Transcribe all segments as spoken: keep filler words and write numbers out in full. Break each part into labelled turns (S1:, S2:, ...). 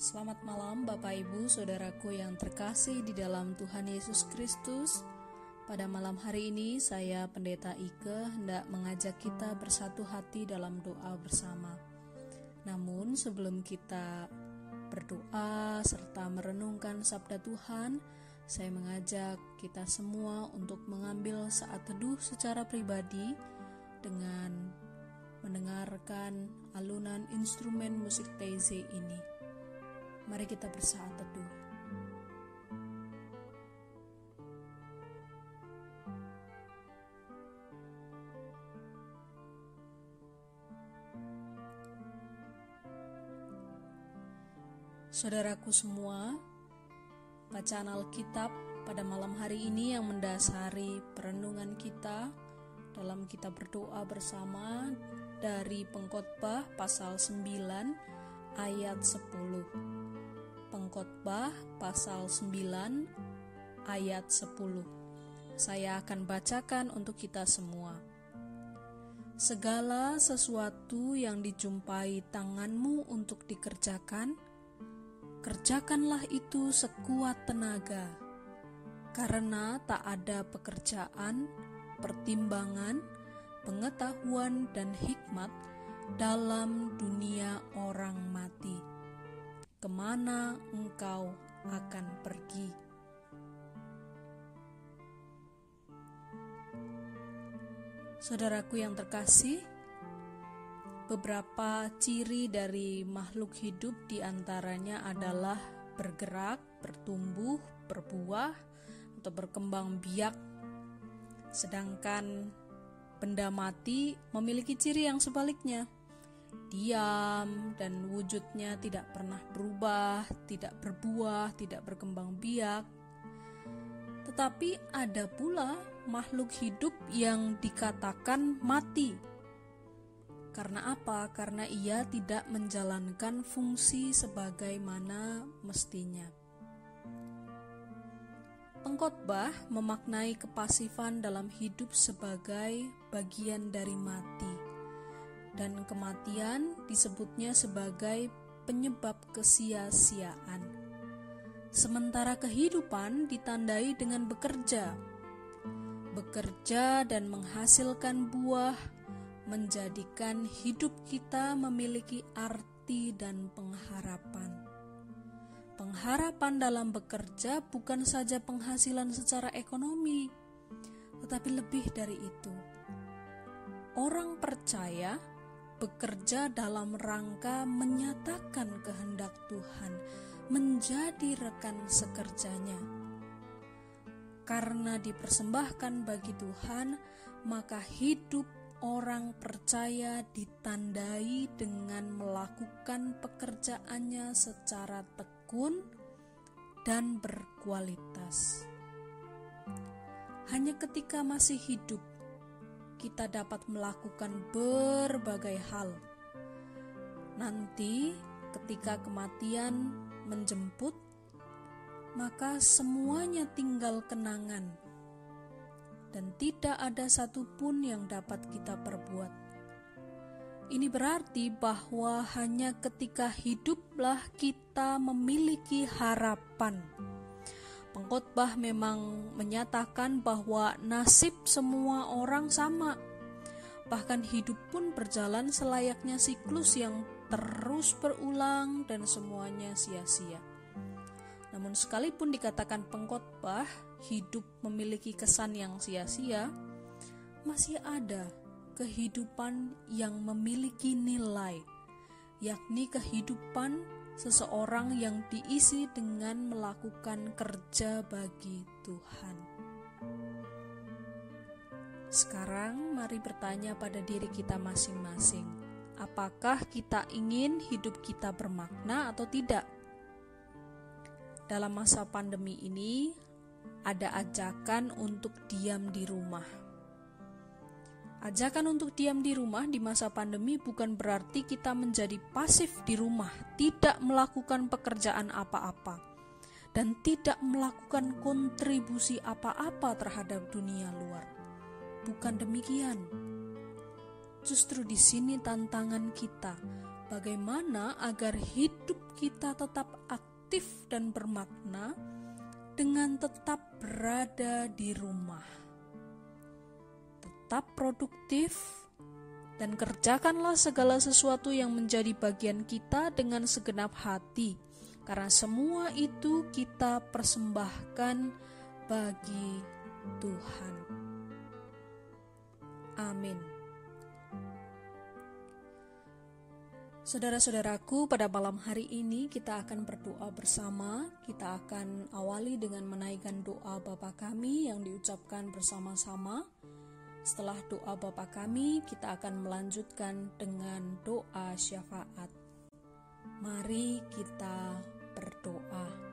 S1: Selamat malam Bapak Ibu Saudaraku yang terkasih di dalam Tuhan Yesus Kristus. Pada malam hari ini saya Pendeta Ike hendak mengajak kita bersatu hati dalam doa bersama. Namun sebelum kita berdoa serta merenungkan sabda Tuhan, saya mengajak kita semua untuk mengambil saat teduh secara pribadi dengan mendengarkan alunan instrumen musik Taizé ini. Mari kita bersaat teduh. Saudaraku semua, bacaan Alkitab pada malam hari ini yang mendasari perenungan kita dalam kita berdoa bersama dari Pengkhotbah pasal sembilan ayat sepuluh. Pengkhotbah pasal sembilan ayat sepuluh. Saya akan bacakan untuk kita semua. Segala sesuatu yang dijumpai tanganmu untuk dikerjakan, kerjakanlah itu sekuat tenaga, karena tak ada pekerjaan, pertimbangan, pengetahuan dan hikmat dalam dunia orang mati. Kemana engkau akan pergi? Saudaraku yang terkasih, beberapa ciri dari makhluk hidup diantaranya adalah bergerak, bertumbuh, berbuah, atau berkembang biak. Sedangkan benda mati memiliki ciri yang sebaliknya. Diam dan wujudnya tidak pernah berubah, tidak berbuah, tidak berkembang biak. Tetapi ada pula makhluk hidup yang dikatakan mati. Karena apa? Karena ia tidak menjalankan fungsi sebagaimana mestinya. Pengkhotbah memaknai kepasifan dalam hidup sebagai bagian dari mati. Dan kematian disebutnya sebagai penyebab kesia-siaan. Sementara kehidupan ditandai dengan bekerja. Bekerja dan menghasilkan buah menjadikan hidup kita memiliki arti dan pengharapan. Pengharapan dalam bekerja bukan saja penghasilan secara ekonomi, tetapi lebih dari itu. Orang percaya bekerja dalam rangka menyatakan kehendak Tuhan, menjadi rekan sekerjanya. Karena dipersembahkan bagi Tuhan, maka hidup orang percaya ditandai dengan melakukan pekerjaannya secara tekun dan berkualitas. Hanya ketika masih hidup, kita dapat melakukan berbagai hal. Nanti ketika kematian menjemput, maka semuanya tinggal kenangan dan tidak ada satupun yang dapat kita perbuat. Ini berarti bahwa hanya ketika hiduplah kita memiliki harapan. Pengkhotbah memang menyatakan bahwa nasib semua orang sama. Bahkan hidup pun berjalan selayaknya siklus yang terus berulang dan semuanya sia-sia. Namun sekalipun dikatakan pengkhotbah hidup memiliki kesan yang sia-sia, masih ada kehidupan yang memiliki nilai, yakni kehidupan seseorang yang diisi dengan melakukan kerja bagi Tuhan. Sekarang mari bertanya pada diri kita masing-masing, apakah kita ingin hidup kita bermakna atau tidak? Dalam masa pandemi ini, ada ajakan untuk diam di rumah. Ajakan untuk diam di rumah di masa pandemi bukan berarti kita menjadi pasif di rumah, tidak melakukan pekerjaan apa-apa, dan tidak melakukan kontribusi apa-apa terhadap dunia luar. Bukan demikian. Justru di sini tantangan kita bagaimana agar hidup kita tetap aktif dan bermakna dengan tetap berada di rumah. Tetap produktif dan kerjakanlah segala sesuatu yang menjadi bagian kita dengan segenap hati, karena semua itu kita persembahkan bagi Tuhan. Amin. Saudara-saudaraku, pada malam hari ini kita akan berdoa bersama. Kita akan awali dengan menaikkan doa Bapa Kami yang diucapkan bersama-sama. Setelah doa Bapa Kami, kita akan melanjutkan dengan doa syafaat. Mari kita berdoa.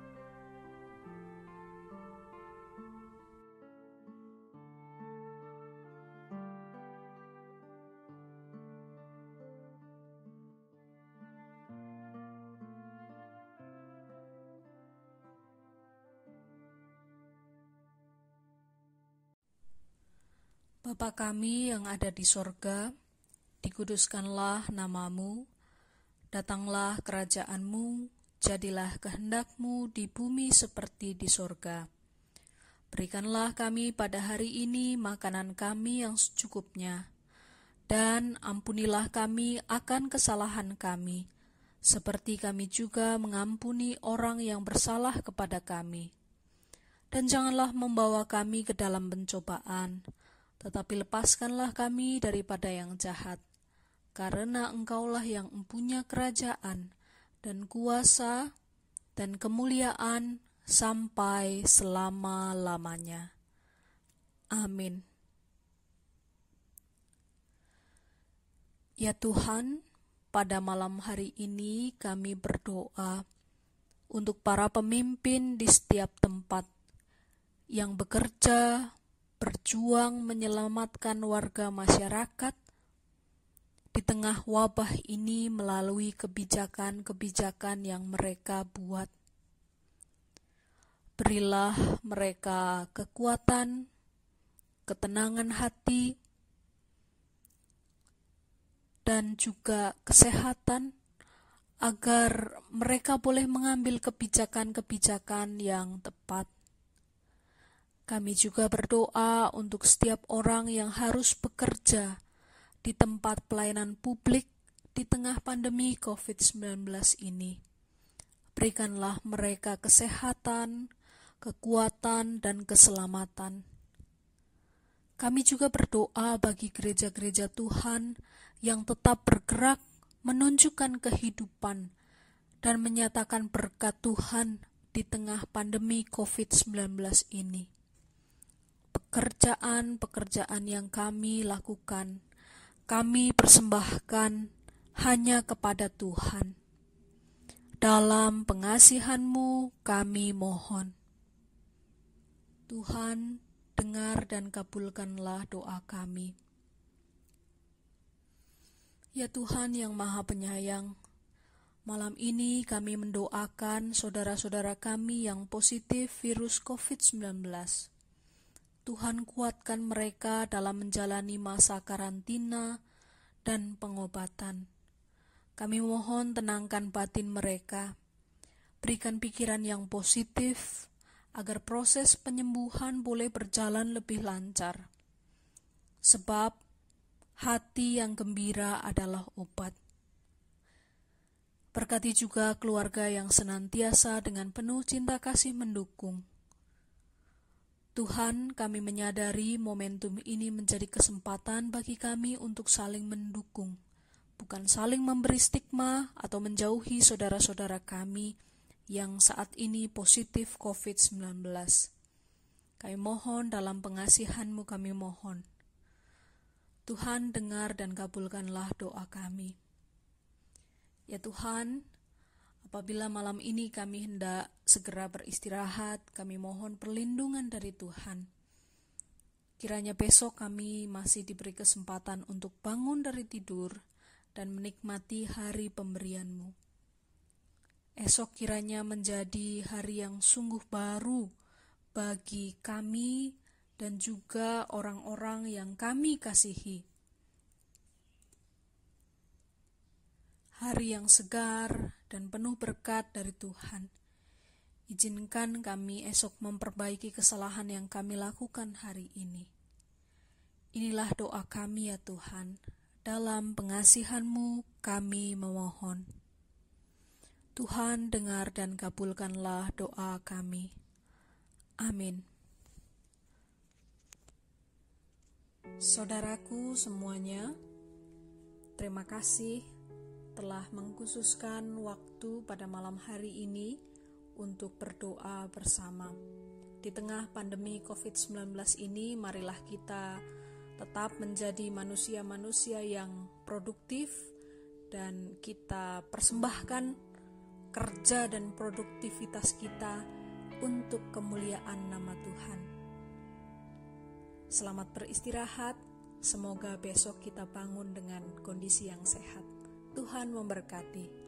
S1: Bapa kami yang ada di sorga, dikuduskanlah namamu, datanglah kerajaanmu, jadilah kehendakmu di bumi seperti di sorga. Berikanlah kami pada hari ini makanan kami yang secukupnya, dan ampunilah kami akan kesalahan kami, seperti kami juga mengampuni orang yang bersalah kepada kami. Dan janganlah membawa kami ke dalam pencobaan, tetapi lepaskanlah kami daripada yang jahat, karena Engkaulah yang mempunyai kerajaan dan kuasa dan kemuliaan sampai selama-lamanya. Amin. Ya Tuhan, pada malam hari ini kami berdoa untuk para pemimpin di setiap tempat yang bekerja, berjuang menyelamatkan warga masyarakat di tengah wabah ini melalui kebijakan-kebijakan yang mereka buat. Berilah mereka kekuatan, ketenangan hati, dan juga kesehatan agar mereka boleh mengambil kebijakan-kebijakan yang tepat. Kami juga berdoa untuk setiap orang yang harus bekerja di tempat pelayanan publik di tengah pandemi covid sembilan belas ini. Berikanlah mereka kesehatan, kekuatan, dan keselamatan. Kami juga berdoa bagi gereja-gereja Tuhan yang tetap bergerak menunjukkan kehidupan dan menyatakan berkat Tuhan di tengah pandemi covid sembilan belas ini. Pekerjaan-pekerjaan yang kami lakukan, kami persembahkan hanya kepada Tuhan. Dalam pengasihan-Mu kami mohon. Tuhan, dengar dan kabulkanlah doa kami. Ya Tuhan yang Maha Penyayang, malam ini kami mendoakan saudara-saudara kami yang positif virus covid sembilan belas. Tuhan kuatkan mereka dalam menjalani masa karantina dan pengobatan. Kami mohon tenangkan batin mereka, berikan pikiran yang positif agar proses penyembuhan boleh berjalan lebih lancar. Sebab hati yang gembira adalah obat. Berkati juga keluarga yang senantiasa dengan penuh cinta kasih mendukung. Tuhan, kami menyadari momentum ini menjadi kesempatan bagi kami untuk saling mendukung, bukan saling memberi stigma atau menjauhi saudara-saudara kami yang saat ini positif covid sembilan belas. Kami mohon dalam pengasihan-Mu kami mohon. Tuhan, dengar dan kabulkanlah doa kami. Ya Tuhan, apabila malam ini kami hendak segera beristirahat, kami mohon perlindungan dari Tuhan. Kiranya besok kami masih diberi kesempatan untuk bangun dari tidur dan menikmati hari pemberian-Mu. Esok kiranya menjadi hari yang sungguh baru bagi kami dan juga orang-orang yang kami kasihi. hari yang segar dan penuh berkat dari Tuhan. Izinkan kami esok memperbaiki kesalahan yang kami lakukan hari ini. Inilah doa kami ya Tuhan, dalam pengasihan-Mu kami memohon. Tuhan, dengar dan kabulkanlah doa kami. Amin. Saudaraku semuanya, terima kasih telah mengkhususkan waktu pada malam hari ini untuk berdoa bersama. Di tengah pandemi covid sembilan belas ini, marilah kita tetap menjadi manusia-manusia yang produktif dan kita persembahkan kerja dan produktivitas kita untuk kemuliaan nama Tuhan. Selamat beristirahat, semoga besok kita bangun dengan kondisi yang sehat. Tuhan memberkati.